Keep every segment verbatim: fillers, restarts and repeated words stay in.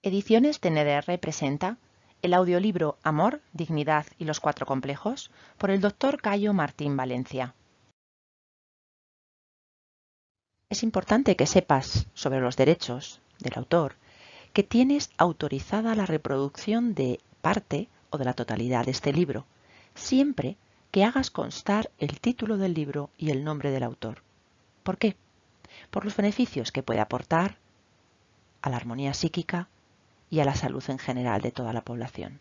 Ediciones T N D R presenta el audiolibro Amor, Dignidad y los Cuatro Complejos por el doctor Cayo Martín Valencia. Es importante que sepas sobre los derechos del autor que tienes autorizada la reproducción de parte o de la totalidad de este libro, siempre que hagas constar el título del libro y el nombre del autor. ¿Por qué? Por los beneficios que puede aportar a la armonía psíquica y a la salud en general de toda la población.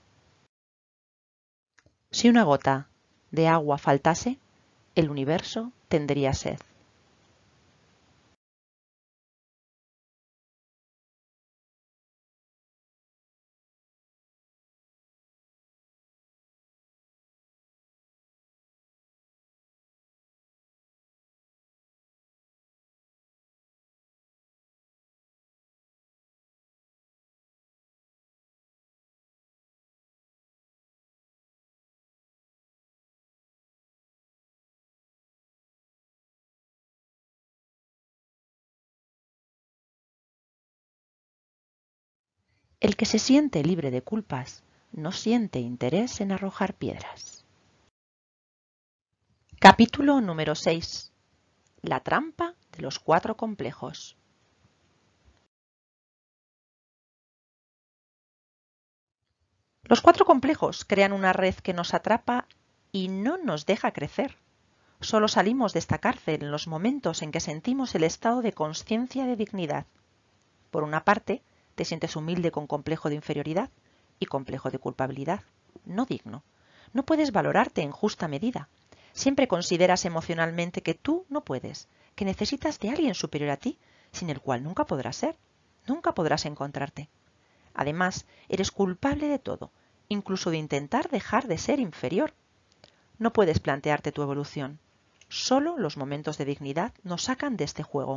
Si una gota de agua faltase, el universo tendría sed. El que se siente libre de culpas no siente interés en arrojar piedras. Capítulo número seis. La trampa de los cuatro complejos. Los cuatro complejos crean una red que nos atrapa y no nos deja crecer. Solo salimos de esta cárcel en los momentos en que sentimos el estado de consciencia de dignidad. Por una parte, te sientes humilde con complejo de inferioridad y complejo de culpabilidad, no digno. No puedes valorarte en justa medida. Siempre consideras emocionalmente que tú no puedes, que necesitas de alguien superior a ti, sin el cual nunca podrás ser, nunca podrás encontrarte. Además, eres culpable de todo, incluso de intentar dejar de ser inferior. No puedes plantearte tu evolución. Solo los momentos de dignidad nos sacan de este juego.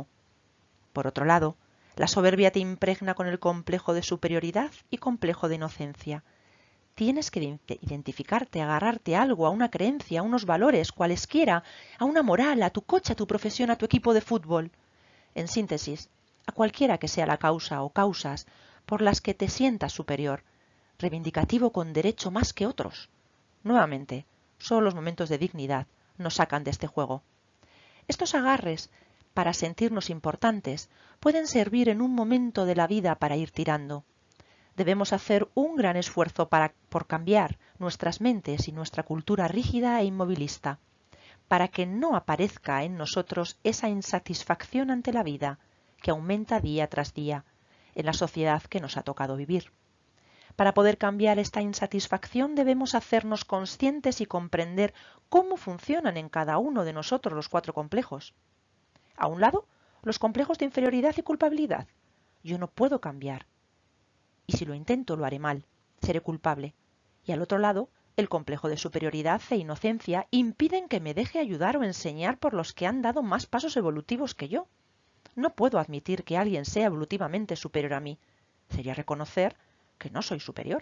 Por otro lado, la soberbia te impregna con el complejo de superioridad y complejo de inocencia. Tienes que identificarte, agarrarte a algo, a una creencia, a unos valores, cualesquiera, a una moral, a tu coche, a tu profesión, a tu equipo de fútbol. En síntesis, a cualquiera que sea la causa o causas por las que te sientas superior, reivindicativo con derecho más que otros. Nuevamente, solo los momentos de dignidad nos sacan de este juego. Estos agarres para sentirnos importantes pueden servir en un momento de la vida para ir tirando. Debemos hacer un gran esfuerzo para, por cambiar nuestras mentes y nuestra cultura rígida e inmovilista, para que no aparezca en nosotros esa insatisfacción ante la vida que aumenta día tras día en la sociedad que nos ha tocado vivir. Para poder cambiar esta insatisfacción debemos hacernos conscientes y comprender cómo funcionan en cada uno de nosotros los cuatro complejos. A un lado, los complejos de inferioridad y culpabilidad. Yo no puedo cambiar. Y si lo intento, lo haré mal. Seré culpable. Y al otro lado, el complejo de superioridad e inocencia impiden que me deje ayudar o enseñar por los que han dado más pasos evolutivos que yo. No puedo admitir que alguien sea evolutivamente superior a mí. Sería reconocer que no soy superior.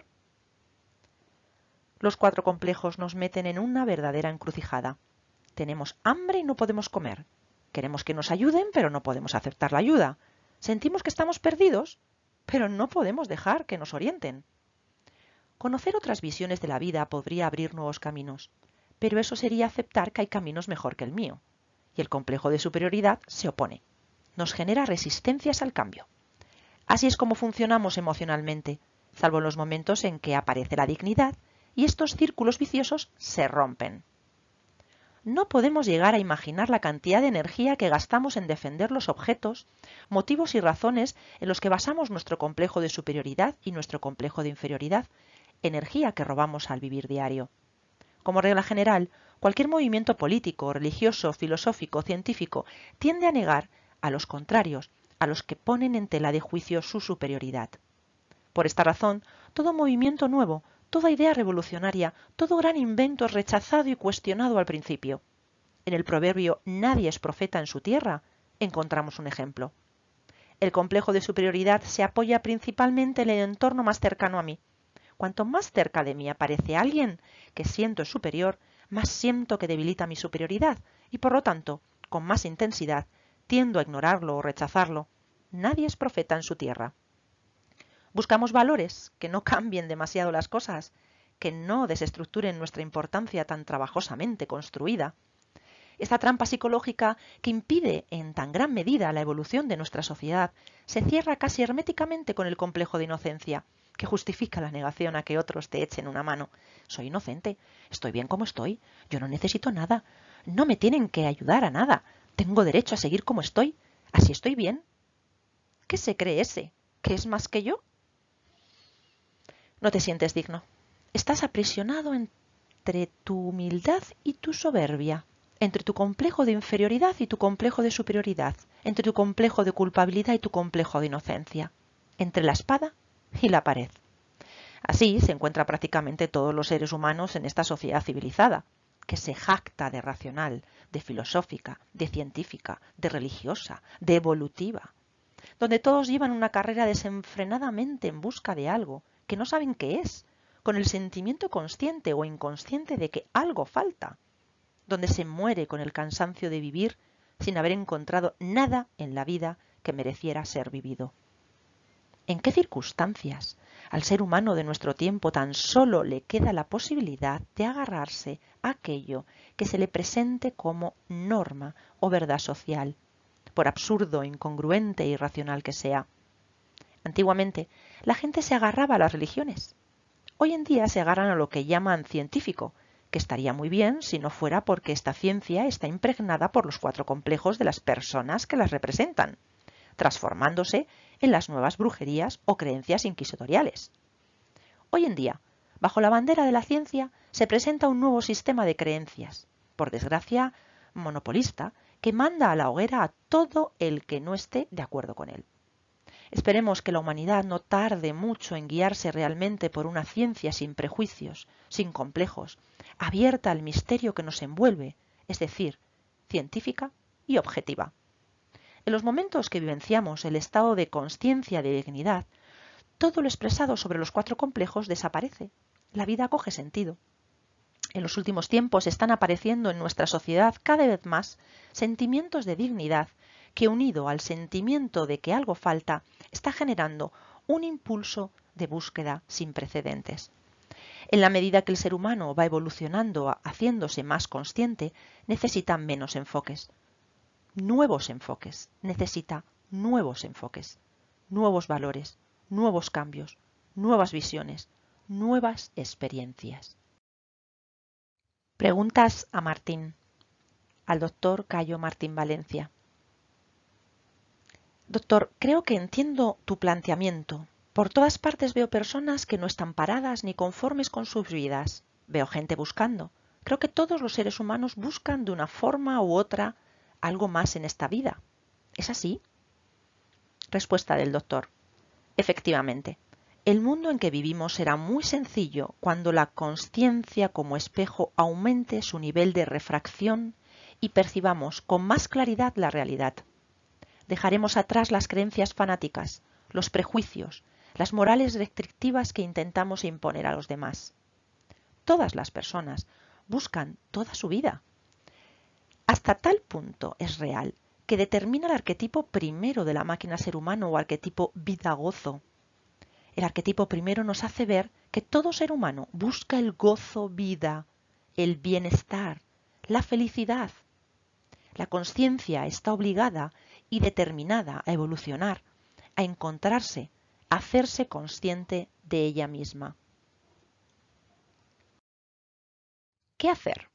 Los cuatro complejos nos meten en una verdadera encrucijada. Tenemos hambre y no podemos comer. Queremos que nos ayuden, pero no podemos aceptar la ayuda. Sentimos que estamos perdidos, pero no podemos dejar que nos orienten. Conocer otras visiones de la vida podría abrir nuevos caminos, pero eso sería aceptar que hay caminos mejor que el mío. Y el complejo de superioridad se opone. Nos genera resistencias al cambio. Así es como funcionamos emocionalmente, salvo en los momentos en que aparece la dignidad y estos círculos viciosos se rompen. No podemos llegar a imaginar la cantidad de energía que gastamos en defender los objetos, motivos y razones en los que basamos nuestro complejo de superioridad y nuestro complejo de inferioridad, energía que robamos al vivir diario. Como regla general, cualquier movimiento político, religioso, filosófico, científico tiende a negar a los contrarios, a los que ponen en tela de juicio su superioridad. Por esta razón, todo movimiento nuevo, toda idea revolucionaria, todo gran invento es rechazado y cuestionado al principio. En el proverbio «nadie es profeta en su tierra» encontramos un ejemplo. El complejo de superioridad se apoya principalmente en el entorno más cercano a mí. Cuanto más cerca de mí aparece alguien que siento es superior, más siento que debilita mi superioridad y, por lo tanto, con más intensidad, tiendo a ignorarlo o rechazarlo. Nadie es profeta en su tierra. Buscamos valores que no cambien demasiado las cosas, que no desestructuren nuestra importancia tan trabajosamente construida. Esta trampa psicológica que impide en tan gran medida la evolución de nuestra sociedad se cierra casi herméticamente con el complejo de inocencia, que justifica la negación a que otros te echen una mano. Soy inocente, estoy bien como estoy, yo no necesito nada, no me tienen que ayudar a nada, tengo derecho a seguir como estoy, así estoy bien. ¿Qué se cree ese? ¿Que es más que yo? No te sientes digno. Estás aprisionado entre tu humildad y tu soberbia, entre tu complejo de inferioridad y tu complejo de superioridad, entre tu complejo de culpabilidad y tu complejo de inocencia, entre la espada y la pared. Así se encuentran prácticamente todos los seres humanos en esta sociedad civilizada, que se jacta de racional, de filosófica, de científica, de religiosa, de evolutiva, donde todos llevan una carrera desenfrenadamente en busca de algo que no saben qué es, con el sentimiento consciente o inconsciente de que algo falta, donde se muere con el cansancio de vivir sin haber encontrado nada en la vida que mereciera ser vivido. ¿En qué circunstancias al ser humano de nuestro tiempo tan solo le queda la posibilidad de agarrarse a aquello que se le presente como norma o verdad social, por absurdo, incongruente e irracional que sea? Antiguamente, la gente se agarraba a las religiones. Hoy en día se agarran a lo que llaman científico, que estaría muy bien si no fuera porque esta ciencia está impregnada por los cuatro complejos de las personas que las representan, transformándose en las nuevas brujerías o creencias inquisitoriales. Hoy en día, bajo la bandera de la ciencia, se presenta un nuevo sistema de creencias, por desgracia monopolista, que manda a la hoguera a todo el que no esté de acuerdo con él. Esperemos que la humanidad no tarde mucho en guiarse realmente por una ciencia sin prejuicios, sin complejos, abierta al misterio que nos envuelve, es decir, científica y objetiva. En los momentos que vivenciamos el estado de consciencia de dignidad, todo lo expresado sobre los cuatro complejos desaparece. La vida coge sentido. En los últimos tiempos están apareciendo en nuestra sociedad cada vez más sentimientos de dignidad que, unido al sentimiento de que algo falta, está generando un impulso de búsqueda sin precedentes. En la medida que el ser humano va evolucionando, haciéndose más consciente, necesita menos enfoques. Nuevos enfoques, necesita nuevos enfoques, nuevos valores, nuevos cambios, nuevas visiones, nuevas experiencias. Preguntas a Martín, al doctor Cayo Martín Valencia. Doctor, creo que entiendo tu planteamiento. Por todas partes veo personas que no están paradas ni conformes con sus vidas. Veo gente buscando. Creo que todos los seres humanos buscan de una forma u otra algo más en esta vida. ¿Es así? Respuesta del doctor. Efectivamente, el mundo en que vivimos será muy sencillo cuando la consciencia como espejo aumente su nivel de refracción y percibamos con más claridad la realidad. Dejaremos atrás las creencias fanáticas, los prejuicios, las morales restrictivas que intentamos imponer a los demás. Todas las personas buscan toda su vida. Hasta tal punto es real que determina el arquetipo primero de la máquina ser humano o arquetipo vida-gozo. El arquetipo primero nos hace ver que todo ser humano busca el gozo-vida, el bienestar, la felicidad. La consciencia está obligada y determinada a evolucionar, a encontrarse, a hacerse consciente de ella misma. ¿Qué hacer?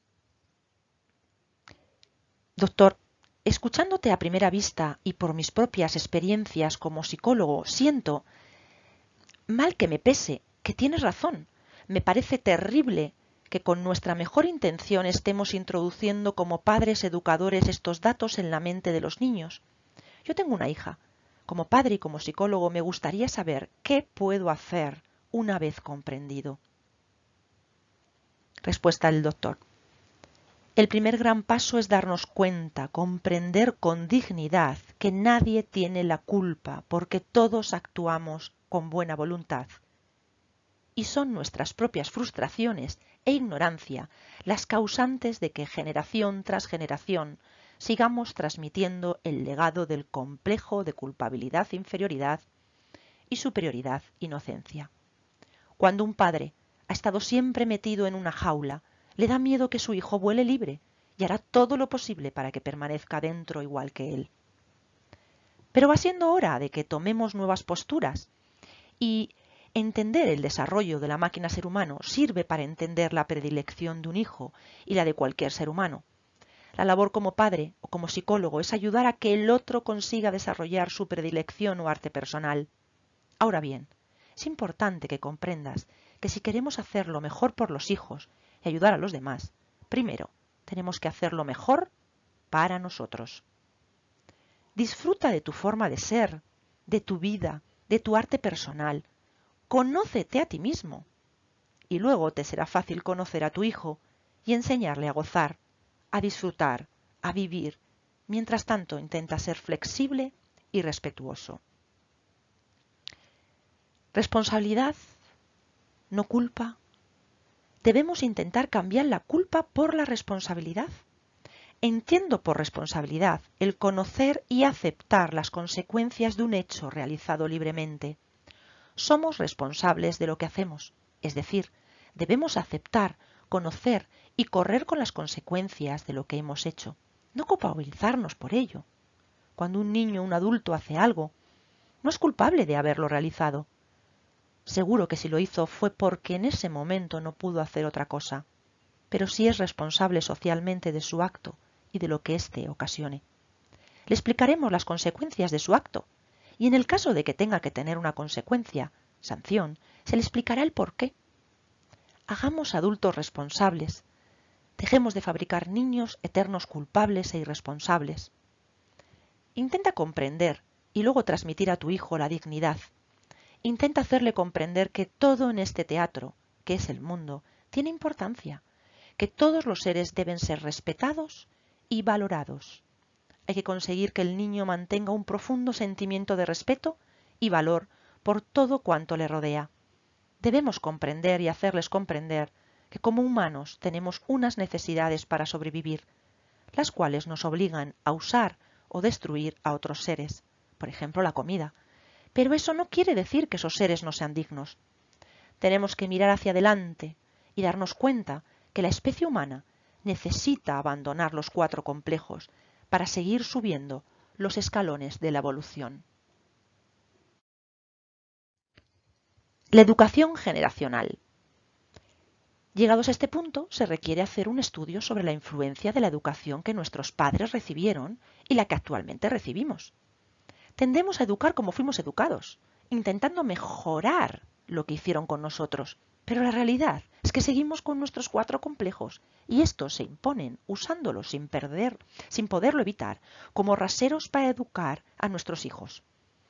Doctor, escuchándote a primera vista y por mis propias experiencias como psicólogo, siento, mal que me pese, que tienes razón. Me parece terrible que con nuestra mejor intención estemos introduciendo como padres educadores estos datos en la mente de los niños. Yo tengo una hija. Como padre y como psicólogo me gustaría saber qué puedo hacer una vez comprendido. Respuesta del doctor. El primer gran paso es darnos cuenta, comprender con dignidad que nadie tiene la culpa porque todos actuamos con buena voluntad. Y son nuestras propias frustraciones e ignorancia las causantes de que generación tras generación sigamos transmitiendo el legado del complejo de culpabilidad e inferioridad, y superioridad, inocencia. Cuando un padre ha estado siempre metido en una jaula, le da miedo que su hijo vuele libre y hará todo lo posible para que permanezca dentro igual que él. Pero va siendo hora de que tomemos nuevas posturas y entender el desarrollo de la máquina ser humano sirve para entender la predilección de un hijo y la de cualquier ser humano. La labor como padre o como psicólogo es ayudar a que el otro consiga desarrollar su predilección o arte personal. Ahora bien, es importante que comprendas que si queremos hacerlo mejor por los hijos y ayudar a los demás, primero tenemos que hacerlo mejor para nosotros. Disfruta de tu forma de ser, de tu vida, de tu arte personal. Conócete a ti mismo. Y luego te será fácil conocer a tu hijo y enseñarle a gozar, a disfrutar, a vivir. Mientras tanto, intenta ser flexible y respetuoso. Responsabilidad, no culpa. Debemos intentar cambiar la culpa por la responsabilidad. Entiendo por responsabilidad el conocer y aceptar las consecuencias de un hecho realizado libremente. Somos responsables de lo que hacemos, es decir, debemos aceptar, conocer y correr con las consecuencias de lo que hemos hecho, no culpabilizarnos por ello. Cuando un niño o un adulto hace algo, no es culpable de haberlo realizado. Seguro que si lo hizo fue porque en ese momento no pudo hacer otra cosa, pero sí es responsable socialmente de su acto y de lo que éste ocasione. Le explicaremos las consecuencias de su acto, y en el caso de que tenga que tener una consecuencia, sanción, se le explicará el porqué. Hagamos adultos responsables. Dejemos de fabricar niños eternos culpables e irresponsables. Intenta comprender y luego transmitir a tu hijo la dignidad. Intenta hacerle comprender que todo en este teatro, que es el mundo, tiene importancia, que todos los seres deben ser respetados y valorados. Hay que conseguir que el niño mantenga un profundo sentimiento de respeto y valor por todo cuanto le rodea. Debemos comprender y hacerles comprender que como humanos tenemos unas necesidades para sobrevivir, las cuales nos obligan a usar o destruir a otros seres, por ejemplo la comida. Pero eso no quiere decir que esos seres no sean dignos. Tenemos que mirar hacia adelante y darnos cuenta que la especie humana necesita abandonar los cuatro complejos para seguir subiendo los escalones de la evolución. La educación generacional. Llegados a este punto, se requiere hacer un estudio sobre la influencia de la educación que nuestros padres recibieron y la que actualmente recibimos. Tendemos a educar como fuimos educados, intentando mejorar lo que hicieron con nosotros, pero la realidad es que seguimos con nuestros cuatro complejos y estos se imponen usándolos sin perder, sin poderlo evitar, como raseros para educar a nuestros hijos.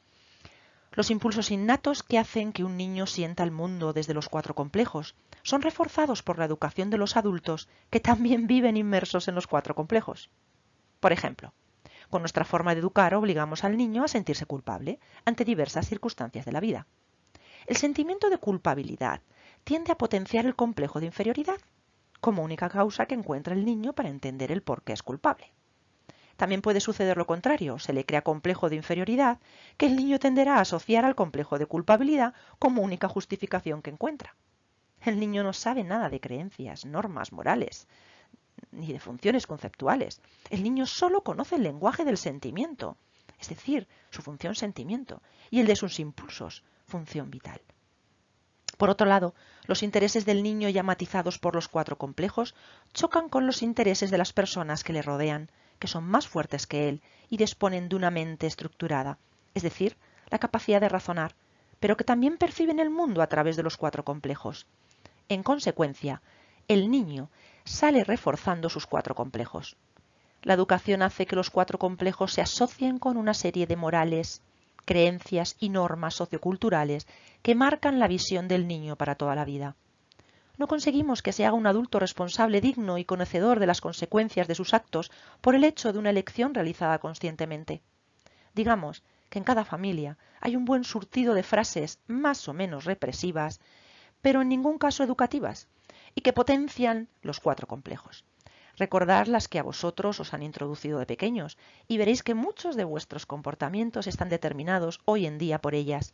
Los impulsos innatos que hacen que un niño sienta el mundo desde los cuatro complejos son reforzados por la educación de los adultos que también viven inmersos en los cuatro complejos. Por ejemplo, con nuestra forma de educar obligamos al niño a sentirse culpable ante diversas circunstancias de la vida. El sentimiento de culpabilidad tiende a potenciar el complejo de inferioridad, como única causa que encuentra el niño para entender el por qué es culpable. También puede suceder lo contrario, se le crea complejo de inferioridad, que el niño tenderá a asociar al complejo de culpabilidad como única justificación que encuentra. El niño no sabe nada de creencias, normas morales, ni de funciones conceptuales. El niño solo conoce el lenguaje del sentimiento, es decir, su función sentimiento, y el de sus impulsos, función vital. Por otro lado, los intereses del niño ya matizados por los cuatro complejos chocan con los intereses de las personas que le rodean, que son más fuertes que él y disponen de una mente estructurada, es decir, la capacidad de razonar, pero que también perciben el mundo a través de los cuatro complejos. En consecuencia, el niño sale reforzando sus cuatro complejos. La educación hace que los cuatro complejos se asocien con una serie de morales, creencias y normas socioculturales que marcan la visión del niño para toda la vida. No conseguimos que se haga un adulto responsable, digno y conocedor de las consecuencias de sus actos por el hecho de una elección realizada conscientemente. Digamos que en cada familia hay un buen surtido de frases más o menos represivas, pero en ningún caso educativas, y que potencian los cuatro complejos. Recordad las que a vosotros os han introducido de pequeños y veréis que muchos de vuestros comportamientos están determinados hoy en día por ellas.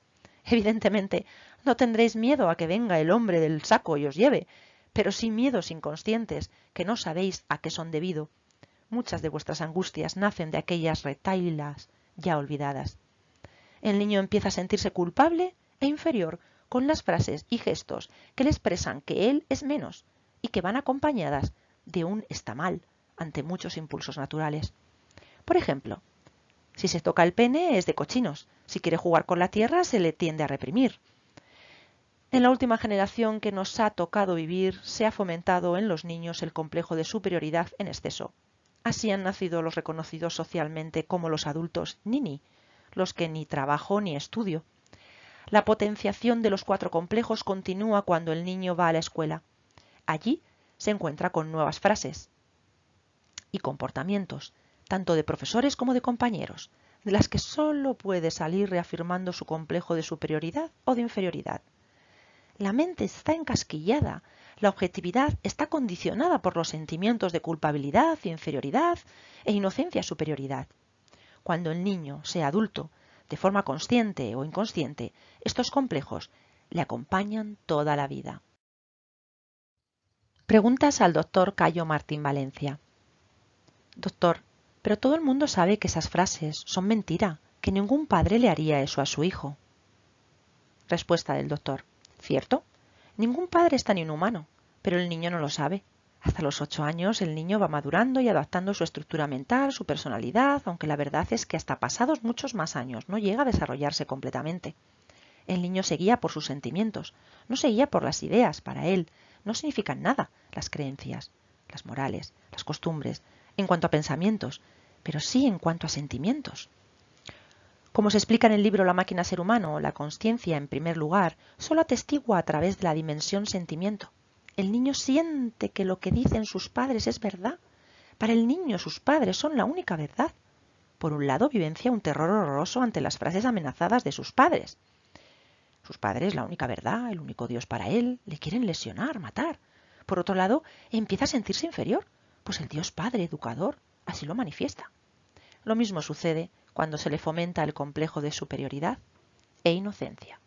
Evidentemente, no tendréis miedo a que venga el hombre del saco y os lleve, pero sí miedos inconscientes que no sabéis a qué son debido. Muchas de vuestras angustias nacen de aquellas retahílas ya olvidadas. El niño empieza a sentirse culpable e inferior con las frases y gestos que le expresan que él es menos y que van acompañadas de un está mal ante muchos impulsos naturales. Por ejemplo, si se toca el pene es de cochinos, si quiere jugar con la tierra se le tiende a reprimir. En la última generación que nos ha tocado vivir se ha fomentado en los niños el complejo de superioridad en exceso. Así han nacido los reconocidos socialmente como los adultos nini, los que ni trabajo ni estudio. La potenciación de los cuatro complejos continúa cuando el niño va a la escuela. Allí se encuentra con nuevas frases y comportamientos, tanto de profesores como de compañeros, de las que solo puede salir reafirmando su complejo de superioridad o de inferioridad. La mente está encasquillada, la objetividad está condicionada por los sentimientos de culpabilidad, inferioridad e inocencia-superioridad. Cuando el niño sea adulto, de forma consciente o inconsciente, estos complejos le acompañan toda la vida. Preguntas al doctor Cayo Martín Valencia. Doctor, pero todo el mundo sabe que esas frases son mentira, que ningún padre le haría eso a su hijo. Respuesta del doctor. ¿Cierto? Ningún padre es tan inhumano, pero el niño no lo sabe. Hasta los ocho años el niño va madurando y adaptando su estructura mental, su personalidad, aunque la verdad es que hasta pasados muchos más años no llega a desarrollarse completamente. El niño se guía por sus sentimientos, no se guía por las ideas. Para él no significan nada las creencias, las morales, las costumbres, en cuanto a pensamientos, pero sí en cuanto a sentimientos. Como se explica en el libro La máquina ser humano, la consciencia, en primer lugar, solo atestigua a través de la dimensión sentimiento. El niño siente que lo que dicen sus padres es verdad. Para el niño sus padres son la única verdad. Por un lado, vivencia un terror horroroso ante las frases amenazadas de sus padres. Sus padres, la única verdad, el único Dios para él, le quieren lesionar, matar. Por otro lado, empieza a sentirse inferior, pues el Dios Padre, educador, así lo manifiesta. Lo mismo sucede cuando se le fomenta el complejo de superioridad e inocencia.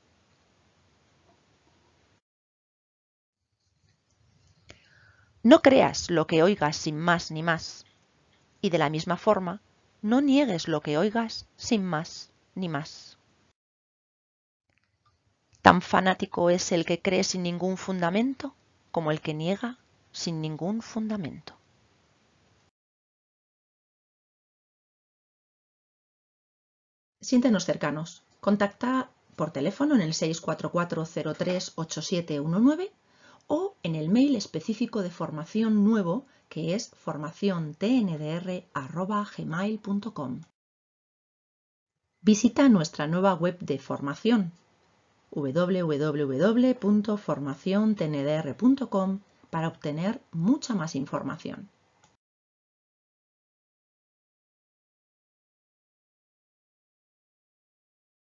No creas lo que oigas sin más ni más. Y de la misma forma, no niegues lo que oigas sin más ni más. Tan fanático es el que cree sin ningún fundamento como el que niega sin ningún fundamento. Siéntenos cercanos. Contacta por teléfono en el seis cuatro cuatro cero tres ocho siete uno nueve o en el mail específico de formación nuevo que es formación t n d r arroba gmail punto com. Visita nuestra nueva web de formación w w w punto formación t n d r punto com para obtener mucha más información.